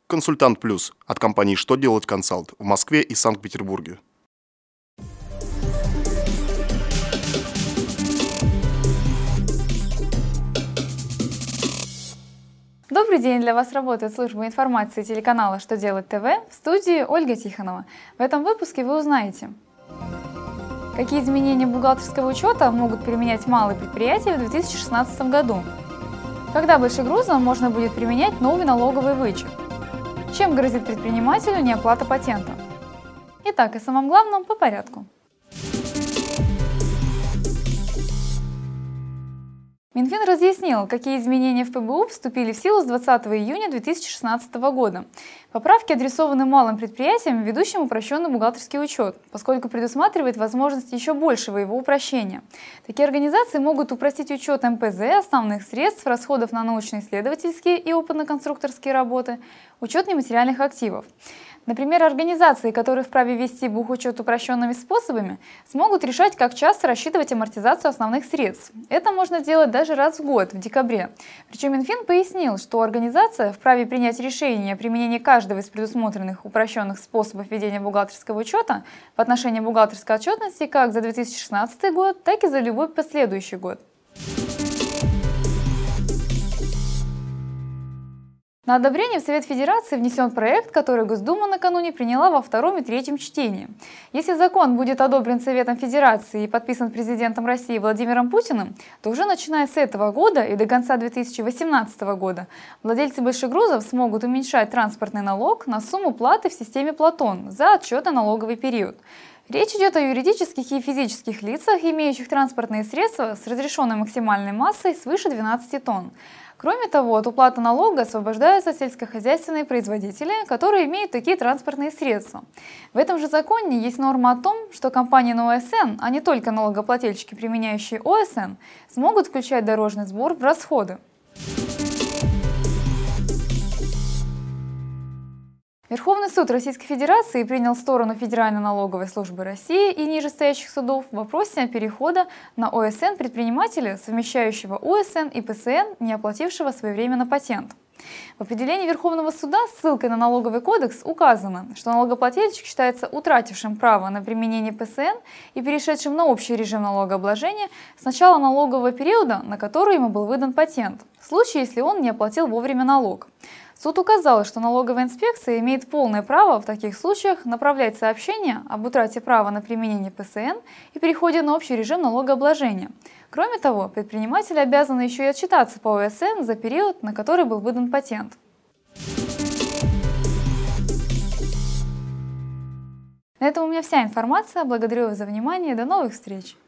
Консультант Плюс от компании «Что делать консалт» в Москве и Санкт-Петербурге. Добрый день! Для вас работает служба информации телеканала «Что делать ТВ», в студии Ольга Тихонова. В этом выпуске вы узнаете, какие изменения бухгалтерского учета могут применять малые предприятия в 2016 году, когда большегрузам можно будет применять новый налоговый вычет, чем грозит предпринимателю неоплата патента. Итак, о самом главном по порядку. Минфин разъяснил, какие изменения в ПБУ вступили в силу с 20 июня 2016 года. Поправки адресованы малым предприятиям, ведущим упрощенный бухгалтерский учет, поскольку предусматривает возможность еще большего его упрощения. Такие организации могут упростить учет МПЗ, основных средств, расходов на научно-исследовательские и опытно-конструкторские работы, учет нематериальных активов. Например, организации, которые вправе вести бухучет упрощенными способами, смогут решать, как часто рассчитывать амортизацию основных средств. Это можно делать даже раз в год, в декабре. Причем Минфин пояснил, что организация вправе принять решение о применении каждого из предусмотренных упрощенных способов ведения бухгалтерского учета в отношении бухгалтерской отчетности как за 2016 год, так и за любой последующий год. На одобрение в Совет Федерации внесен проект, который Госдума накануне приняла во втором и третьем чтении. Если закон будет одобрен Советом Федерации и подписан президентом России Владимиром Путиным, то уже начиная с этого года и до конца 2018 года владельцы большегрузов смогут уменьшать транспортный налог на сумму платы в системе Платон за отчетно-налоговый период. Речь идет о юридических и физических лицах, имеющих транспортные средства с разрешенной максимальной массой свыше 12 тонн. Кроме того, от уплаты налога освобождаются сельскохозяйственные производители, которые имеют такие транспортные средства. В этом же законе есть норма о том, что компании на ОСН, а не только налогоплательщики, применяющие ОСН, смогут включать дорожный сбор в расходы. Верховный суд Российской Федерации принял сторону Федеральной налоговой службы России и нижестоящих судов в вопросе перехода на ОСН предпринимателя, совмещающего ОСН и ПСН, не оплатившего своевременно патент. В определении Верховного суда с ссылкой на налоговый кодекс указано, что налогоплательщик считается утратившим право на применение ПСН и перешедшим на общий режим налогообложения с начала налогового периода, на который ему был выдан патент, в случае, если он не оплатил вовремя налог. Суд указал, что налоговая инспекция имеет полное право в таких случаях направлять сообщения об утрате права на применение ПСН и переходе на общий режим налогообложения. Кроме того, предприниматели обязаны еще и отчитаться по ОСН за период, на который был выдан патент. На этом у меня вся информация. Благодарю вас за внимание. До новых встреч!